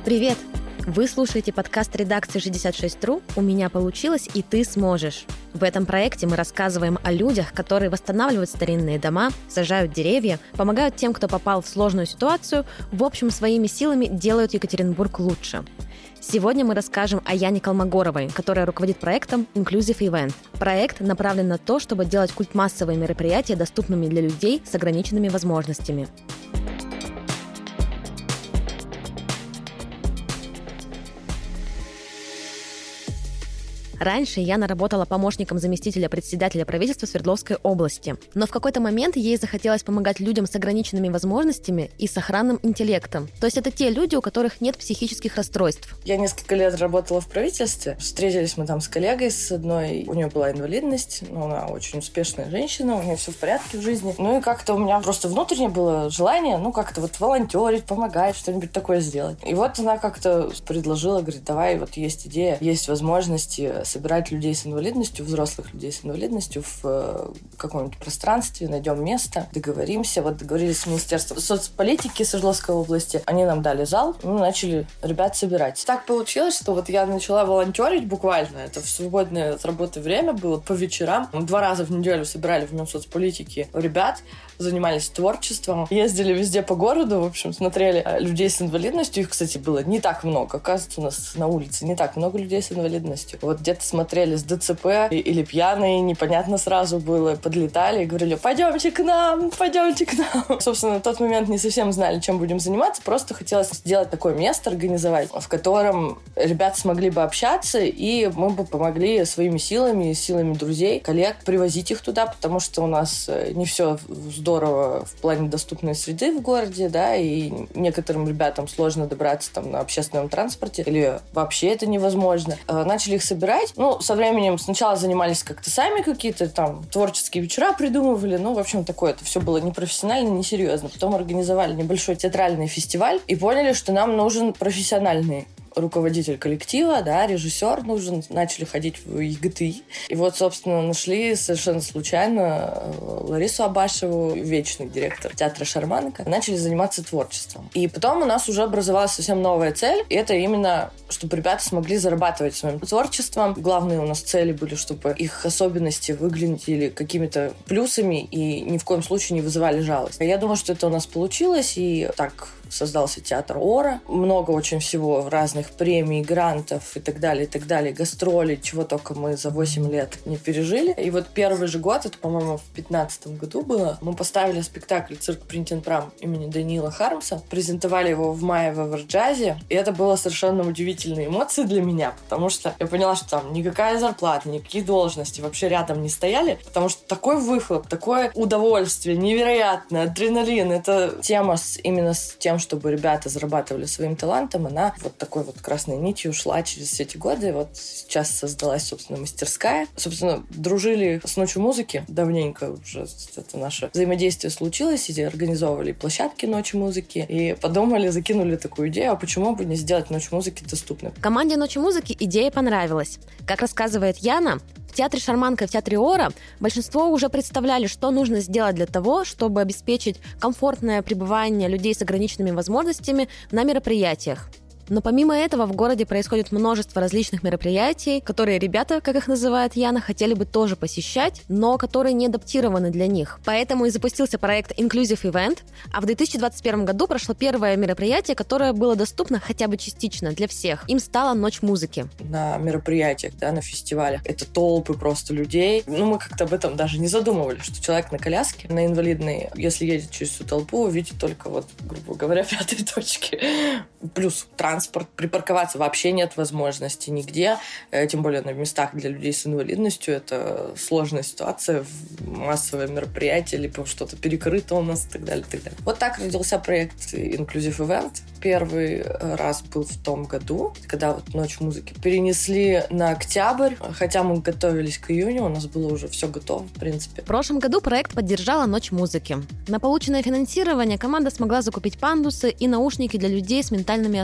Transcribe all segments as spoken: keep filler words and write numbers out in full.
Привет! Вы слушаете подкаст редакции шестьдесят шесть точка ру «У меня получилось, и ты сможешь». В этом проекте мы рассказываем о людях, которые восстанавливают старинные дома, сажают деревья, помогают тем, кто попал в сложную ситуацию, в общем, своими силами делают Екатеринбург лучше. Сегодня мы расскажем о Яне Колмогоровой, которая руководит проектом Inclusive Event. Проект направлен на то, чтобы делать культ массовые мероприятия доступными для людей с ограниченными возможностями. Раньше Яна работала помощником заместителя председателя правительства Свердловской области. Но в какой-то момент ей захотелось помогать людям с ограниченными возможностями и сохранным интеллектом. То есть это те люди, у которых нет психических расстройств. Я несколько лет работала в правительстве. Встретились мы там с коллегой с одной. У нее была инвалидность, но она очень успешная женщина, у нее все в порядке в жизни. Ну и как-то у меня просто внутренне было желание, ну как-то вот волонтерить, помогать, что-нибудь такое сделать. И вот она как-то предложила, говорит, давай, вот есть идея, есть возможности собирать людей с инвалидностью, взрослых людей с инвалидностью в каком-нибудь пространстве, найдем место, договоримся. Вот договорились с Министерством соцполитики Свердловской области. Они нам дали зал, мы начали ребят собирать. Так получилось, что вот я начала волонтерить буквально. Это в свободное от работы время было по вечерам. Мы два раза в неделю собирали в Минсоцполитике ребят, занимались творчеством, ездили везде по городу, в общем, смотрели людей с инвалидностью. Их, кстати, было не так много. Оказывается, у нас на улице не так много людей с инвалидностью. Вот где-то смотрели с ДЦП или пьяные, непонятно сразу было, подлетали и говорили, пойдемте к нам, пойдемте к нам. Собственно, на тот момент не совсем знали, чем будем заниматься, просто хотелось сделать такое место, организовать, в котором ребята смогли бы общаться, и мы бы помогли своими силами, силами друзей, коллег привозить их туда, потому что у нас не все здорово в плане доступной среды в городе, да, и некоторым ребятам сложно добраться там на общественном транспорте, или вообще это невозможно. Начали их собирать. Ну, со временем сначала занимались как-то сами, какие-то там творческие вечера придумывали. Ну, в общем, такое. Это все было непрофессионально, несерьезно. Потом организовали небольшой театральный фестиваль и поняли, что нам нужен профессиональный руководитель коллектива, да, режиссер нужен. Начали ходить в ЕГТИ. И вот, собственно, нашли совершенно случайно Ларису Абашеву, вечный директор театра Шарманка. Начали заниматься творчеством. И потом у нас уже образовалась совсем новая цель. И это именно, чтобы ребята смогли зарабатывать своим творчеством. Главные у нас цели были, чтобы их особенности выглядели какими-то плюсами и ни в коем случае не вызывали жалость. Я думаю, что это у нас получилось. И так создался театр Ора. Много очень всего разных премий, грантов и так далее, и так далее. Гастроли, чего только мы за восемь лет не пережили. И вот первый же год, это, по-моему, в пятнадцатом году было, мы поставили спектакль «Цирк Принтенпрам» имени Даниила Хармса. Презентовали его в мае в Эверджазе. И это было совершенно удивительные эмоции для меня, потому что я поняла, что там никакая зарплата, никакие должности вообще рядом не стояли, потому что такой выхлоп, такое удовольствие, невероятный адреналин. Это тема с, именно с тем, чтобы ребята зарабатывали своим талантом, она вот такой вот красной нитью ушла через все эти годы. Вот сейчас создалась, собственно, мастерская. Собственно, дружили с Ночью музыки. Давненько уже это наше взаимодействие случилось. И организовывали площадки Ночи музыки. И подумали, закинули такую идею, а почему бы не сделать Ночь музыки доступной? Команде Ночи музыки идея понравилась. Как рассказывает Яна, в театре Шарманка и в театре Ора большинство уже представляли, что нужно сделать для того, чтобы обеспечить комфортное пребывание людей с ограниченными возможностями на мероприятиях. Но помимо этого в городе происходит множество различных мероприятий, которые ребята, как их называет Яна, хотели бы тоже посещать, но которые не адаптированы для них. Поэтому и запустился проект Inclusive Event, а в две тысячи двадцать первом году прошло первое мероприятие, которое было доступно хотя бы частично для всех. Им стала Ночь музыки. На мероприятиях, да, на фестивалях это толпы просто людей. Ну, мы как-то об этом даже не задумывались, что человек на коляске, на инвалидной, если едет через всю толпу, увидит только вот, грубо говоря, пятые точки. Плюс транспорт. Транспорт, припарковаться вообще нет возможности нигде, тем более на местах для людей с инвалидностью. Это сложная ситуация, массовое мероприятие, либо что-то перекрыто у нас и так далее, и так далее. Вот так родился проект Inclusive Event. Первый раз был в том году, когда вот Ночь музыки перенесли на октябрь, хотя мы готовились к июню, у нас было уже все готово, в принципе. В прошлом году проект поддержала Ночь музыки. На полученное финансирование команда смогла закупить пандусы и наушники для людей с ментальными особенностями.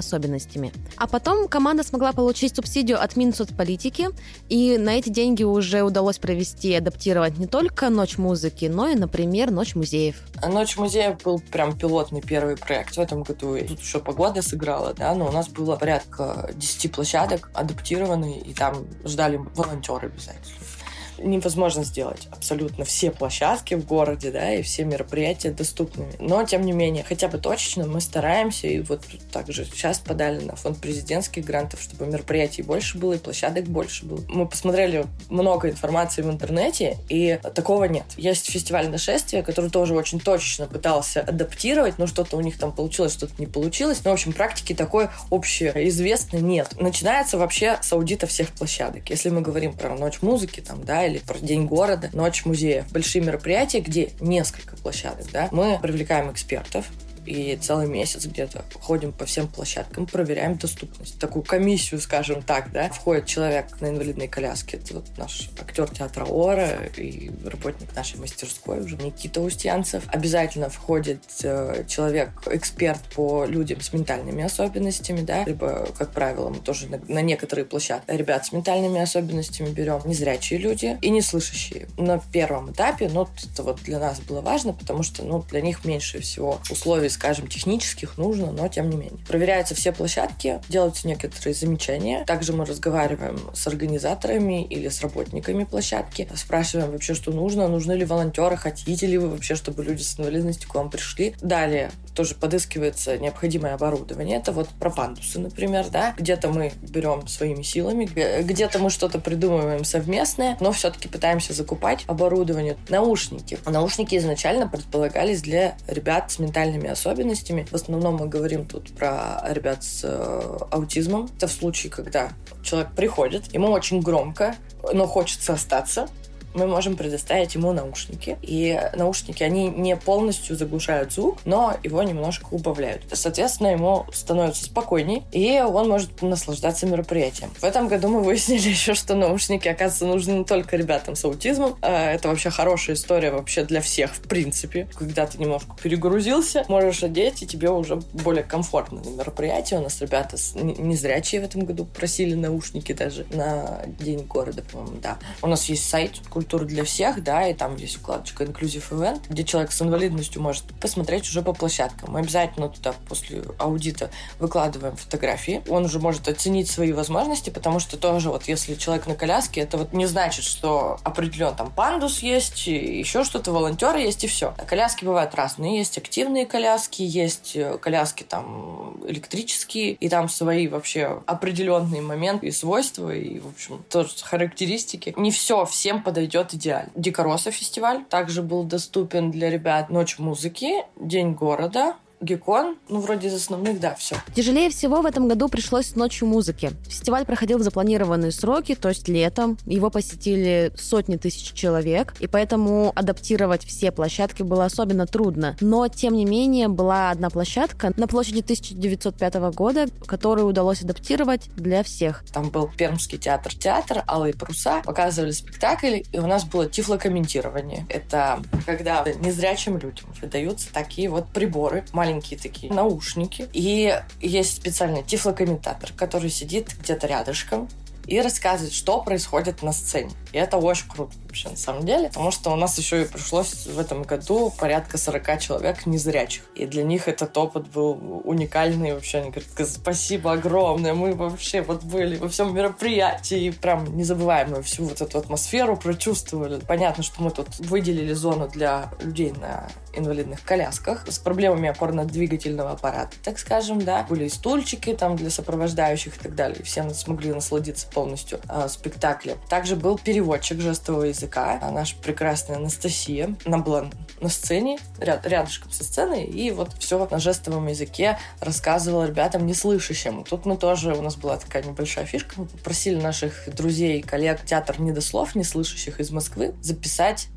особенностями. А потом команда смогла получить субсидию от Минсоцполитики, и на эти деньги уже удалось провести и адаптировать не только «Ночь музыки», но и, например, «Ночь музеев». «Ночь музеев» был прям пилотный первый проект в этом году. И тут еще погода сыграла, да, но у нас было порядка десяти площадок адаптированные, и там ждали волонтеры обязательно. Невозможно сделать абсолютно все площадки в городе, да, и все мероприятия доступными. Но, тем не менее, хотя бы точечно мы стараемся, и вот также сейчас подали на фонд президентских грантов, чтобы мероприятий больше было и площадок больше было. Мы посмотрели много информации в интернете, и такого нет. Есть фестиваль «Нашествие», который тоже очень точечно пытался адаптировать, но что-то у них там получилось, что-то не получилось. Но, в общем, практики такой общеизвестной нет. Начинается вообще с аудита всех площадок. Если мы говорим про «Ночь музыки», там, да, или про День города, «Ночь музеев», большие мероприятия, где несколько площадок, да, мы привлекаем экспертов, и целый месяц где-то ходим по всем площадкам, проверяем доступность. Такую комиссию, скажем так, да. Входит человек на инвалидной коляске, это вот наш актер театра Ора и работник нашей мастерской уже, Никита Устьянцев. Обязательно входит э, человек, эксперт по людям с ментальными особенностями, да, либо, как правило, мы тоже на, на некоторые площадки ребят с ментальными особенностями берем, незрячие люди и неслышащие. На первом этапе, ну, это вот для нас было важно, потому что, ну, для них меньше всего условий, скажем, технических нужно, но тем не менее. Проверяются все площадки, делаются некоторые замечания. Также мы разговариваем с организаторами или с работниками площадки, спрашиваем вообще, что нужно, нужны ли волонтеры, хотите ли вы вообще, чтобы люди с инвалидностью к вам пришли. Далее тоже подыскивается необходимое оборудование. Это вот про пандусы, например, да. Где-то мы берем своими силами, где-то мы что-то придумываем совместное, но все-таки пытаемся закупать оборудование. Наушники. Наушники изначально предполагались для ребят с ментальными особенностями. В основном мы говорим тут про ребят с э, аутизмом. Это в случае, когда человек приходит, ему очень громко, но хочется остаться. Мы можем предоставить ему наушники. И наушники, они не полностью заглушают звук, но его немножко убавляют. Соответственно, ему становится спокойней, и он может наслаждаться мероприятием. В этом году мы выяснили еще, что наушники, оказывается, нужны не только ребятам с аутизмом. Это вообще хорошая история вообще для всех, в принципе. Когда ты немножко перегрузился, можешь одеть, и тебе уже более комфортно на мероприятии. У нас ребята незрячие в этом году просили наушники даже на День города, по-моему, да. У нас есть сайт «Культура для всех», да, и там есть вкладочка Inclusive Event, где человек с инвалидностью может посмотреть уже по площадкам. Мы обязательно туда после аудита выкладываем фотографии. Он уже может оценить свои возможности, потому что тоже вот если человек на коляске, это вот не значит, что определен там пандус есть, еще что-то, волонтеры есть и все. А коляски бывают разные. Есть активные коляски, есть коляски там электрические, и там свои вообще определенные моменты и свойства, и, в общем, тоже характеристики. Не все всем подойдет идеально. Дикороса фестиваль также был доступен для ребят. Ночь музыки, День города, Геккон, ну, вроде из основных, да, все. Тяжелее всего в этом году пришлось с «Ночью музыки». Фестиваль проходил в запланированные сроки, то есть летом. Его посетили сотни тысяч человек, и поэтому адаптировать все площадки было особенно трудно. Но, тем не менее, была одна площадка на площади тысяча девятьсот пятого года, которую удалось адаптировать для всех. Там был Пермский театр «Театр», «Алые паруса», показывали спектакль, и у нас было тифлокомментирование. Это когда незрячим людям выдаются такие вот приборы, маленькие маленькие такие наушники. И есть специальный тифлокомментатор, который сидит где-то рядышком и рассказывает, что происходит на сцене. И это очень круто вообще на самом деле, потому что у нас еще и пришлось в этом году порядка сорока человек незрячих. И для них этот опыт был уникальный. Вообще они говорят, спасибо огромное, мы вообще вот были во всем мероприятии и прям незабываемую всю вот эту атмосферу прочувствовали. Понятно, что мы тут выделили зону для людей на инвалидных колясках с проблемами опорно-двигательного аппарата, так скажем, да. Были и стульчики там для сопровождающих и так далее. И все смогли насладиться полностью э, спектаклем. Также был переводчик жестового языка, наша прекрасная Анастасия. Она была на сцене, ряд, рядышком со сценой, и вот все на жестовом языке рассказывала ребятам неслышащим. Тут мы тоже, у нас была такая небольшая фишка, мы попросили наших друзей, коллег театр «Недослов» неслышащих из Москвы записать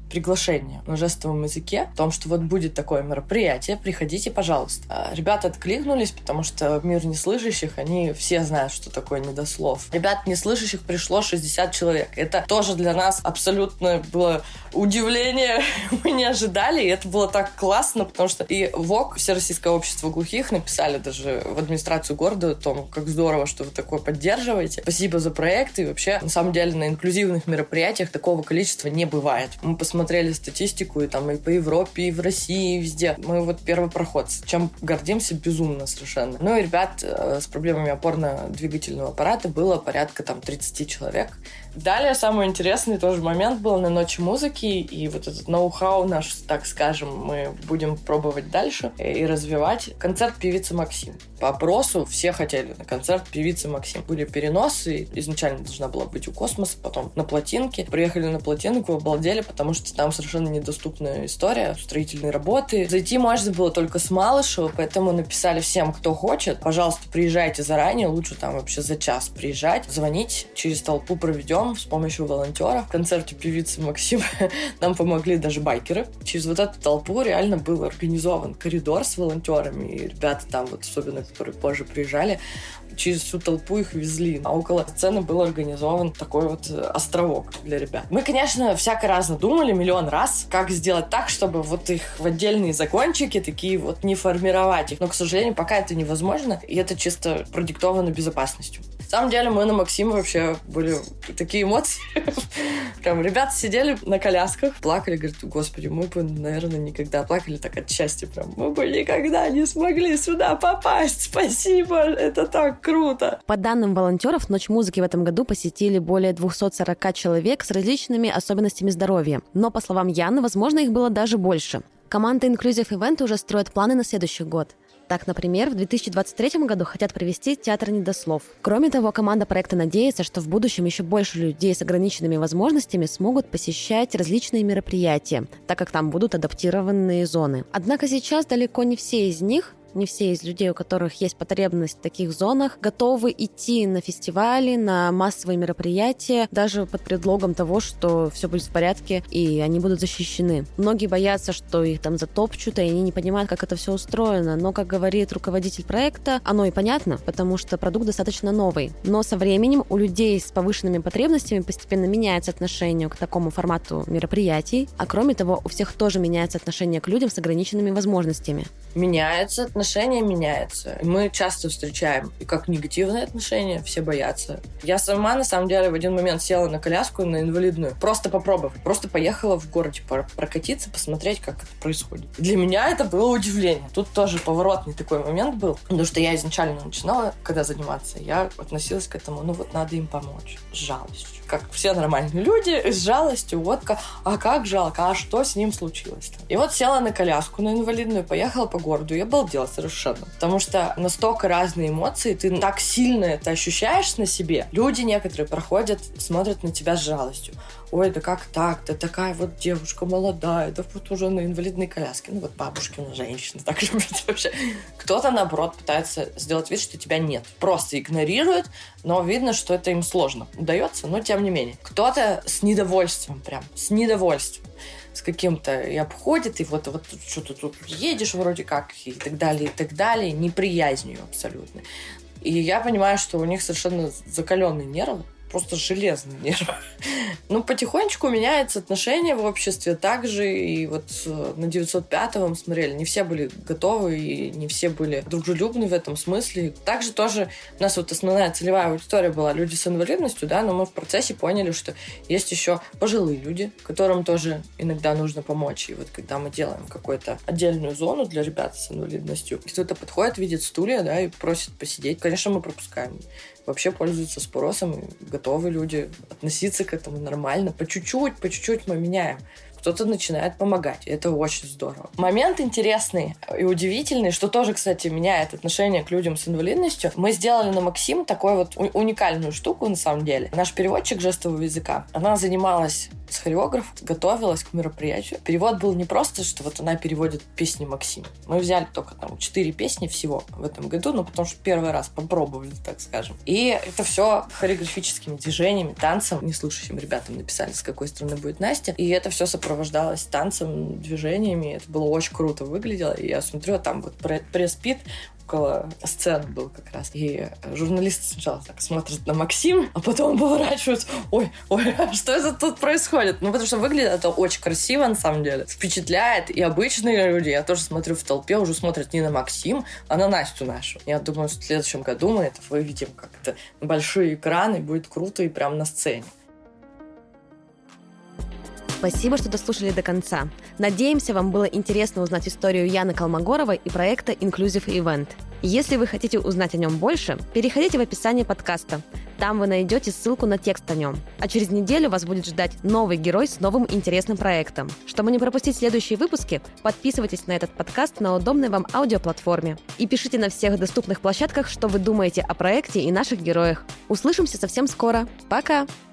приглашение на жестовом языке о том, что вот будет такое мероприятие, приходите, пожалуйста. Ребята откликнулись, потому что мир неслышащих, они все знают, что такое недослов. Ребят неслышащих пришло шестьдесят человек. Это тоже для нас абсолютно было удивление. Мы не ожидали, и это было так классно, потому что и ВОК, Всероссийское общество глухих, написали даже в администрацию города о том, как здорово, что вы такое поддерживаете. Спасибо за проект. И вообще, на самом деле, на инклюзивных мероприятиях такого количества не бывает. Мы посмотрели статистику, и там и по Европе, и в России, и везде. Мы вот первопроходцы, чем гордимся безумно совершенно. Ну и ребят э, с проблемами опорно-двигательного аппарата было порядка там тридцать человек. Далее самый интересный тоже момент был на Ночи музыки, и вот этот ноу-хау наш, так скажем, мы будем пробовать дальше и развивать. Концерт певицы Максим. По опросу все хотели на концерт певицы Максим. Были переносы, изначально должна была быть у Космоса, потом на Плотинке. Приехали на Плотинку, обалдели, потому что там совершенно недоступная история, строительные работы. Зайти можно было только с Малышева, поэтому написали всем, кто хочет, пожалуйста, приезжайте заранее, лучше там вообще за час приезжать, звонить, через толпу проведем с помощью волонтеров. В концерте певицы Максим нам помогли даже байкеры. Через вот эту толпу реально был организован коридор с волонтерами, и ребята там, вот особенно, которые позже приезжали, через всю толпу их везли. А около сцены был организован такой вот островок для ребят. Мы, конечно, всяко разно думали, миллион раз, как сделать так, чтобы вот их в отдельные закончики такие вот не формировать их. Но, к сожалению, пока это невозможно, и это чисто продиктовано безопасностью. На самом деле мы на Максима вообще были такие эмоции. Прям ребята сидели на колясках, плакали, говорят, господи, мы бы, наверное, никогда плакали так от счастья прям. Мы бы никогда не смогли сюда попасть. Спасибо, это так круто. По данным волонтеров, Ночь музыки в этом году посетили более двести сорок человек с различными особенностями здоровья. Но, по словам Яны, возможно, их было даже больше. Команда Inclusive Event уже строит планы на следующий год. Так, например, в две тысячи двадцать третьем году хотят провести театр недослов. Кроме того, команда проекта надеется, что в будущем еще больше людей с ограниченными возможностями смогут посещать различные мероприятия, так как там будут адаптированные зоны. Однако сейчас далеко не все из них, не все из людей, у которых есть потребность в таких зонах, готовы идти на фестивали, на массовые мероприятия, даже под предлогом того, что все будет в порядке и они будут защищены. Многие боятся, что их там затопчут, и они не понимают, как это все устроено. Но, как говорит руководитель проекта, оно и понятно, потому что продукт достаточно новый. Но со временем у людей с повышенными потребностями постепенно меняется отношение к такому формату мероприятий, а кроме того, у всех тоже меняется отношение к людям с ограниченными возможностями. Меняется отношение. Отношение меняется. Мы часто встречаем и как негативные отношения, все боятся. Я сама, на самом деле, в один момент села на коляску, на инвалидную, просто попробовать. Просто поехала в городе прокатиться, посмотреть, как это происходит. Для меня это было удивление. Тут тоже поворотный такой момент был, потому что я изначально начинала, когда заниматься, я относилась к этому, ну вот надо им помочь, с жалостью. Как все нормальные люди, с жалостью, вот как, а как жалко, а что с ним случилось-то? И вот села на коляску, на инвалидную, поехала по городу, и обалдела совершенно. Потому что настолько разные эмоции, ты так сильно это ощущаешь на себе. Люди некоторые проходят, смотрят на тебя с жалостью. Ой, да как так? Да такая вот девушка молодая, да вот уже на инвалидной коляске. Ну вот бабушки, ну женщины, так же вообще. Кто-то, наоборот, пытается сделать вид, что тебя нет. Просто игнорирует, но видно, что это им сложно удается, но тем не менее. Кто-то с недовольством прям, с недовольством. С каким-то и обходит, и вот, вот что-то тут едешь вроде как, и так далее, и так далее, неприязнью абсолютно. И я понимаю, что у них совершенно закаленные нервы, просто железные нервы. Ну, потихонечку меняется отношение в обществе. Также и вот на девятьсот пятом мы смотрели, не все были готовы и не все были дружелюбны в этом смысле. Также тоже у нас вот основная целевая аудитория была люди с инвалидностью, да, но мы в процессе поняли, что есть еще пожилые люди, которым тоже иногда нужно помочь. И вот когда мы делаем какую-то отдельную зону для ребят с инвалидностью, кто-то подходит, видит стулья, да, и просит посидеть, конечно, мы пропускаем. Вообще пользуются спросом, и готовы люди относиться к этому нормально. По чуть-чуть, по чуть-чуть мы меняем. Кто-то начинает помогать. И это очень здорово. Момент интересный и удивительный, что тоже, кстати, меняет отношение к людям с инвалидностью. Мы сделали на Максим такую вот уникальную штуку, на самом деле. Наш переводчик жестового языка, она занималась с хореографом, готовилась к мероприятию. Перевод был не просто, что вот она переводит песни Максим. Мы взяли только там четыре песни всего в этом году, ну, потому что первый раз попробовали, так скажем. И это все хореографическими движениями, танцем. Неслышащим ребятам написали, с какой стороны будет Настя. И это все сопровождается сопровождалось танцем, движениями. Это было очень круто выглядело. И я смотрю, а там вот пресс-пит около сцены был как раз. И журналисты сначала так смотрят на Максим, а потом поворачиваются. Ой, ой, что это тут происходит? Ну, потому что выглядит это очень красиво, на самом деле. Впечатляет. И обычные люди, я тоже смотрю в толпе, уже смотрят не на Максим, а на Настю нашу. Я думаю, что в следующем году мы это выведем как-то на большие экраны, будет круто и прям на сцене. Спасибо, что дослушали до конца. Надеемся, вам было интересно узнать историю Яны Колмогоровой и проекта Inclusive Event. Если вы хотите узнать о нем больше, переходите в описание подкаста. Там вы найдете ссылку на текст о нем. А через неделю вас будет ждать новый герой с новым интересным проектом. Чтобы не пропустить следующие выпуски, подписывайтесь на этот подкаст на удобной вам аудиоплатформе. И пишите на всех доступных площадках, что вы думаете о проекте и наших героях. Услышимся совсем скоро. Пока!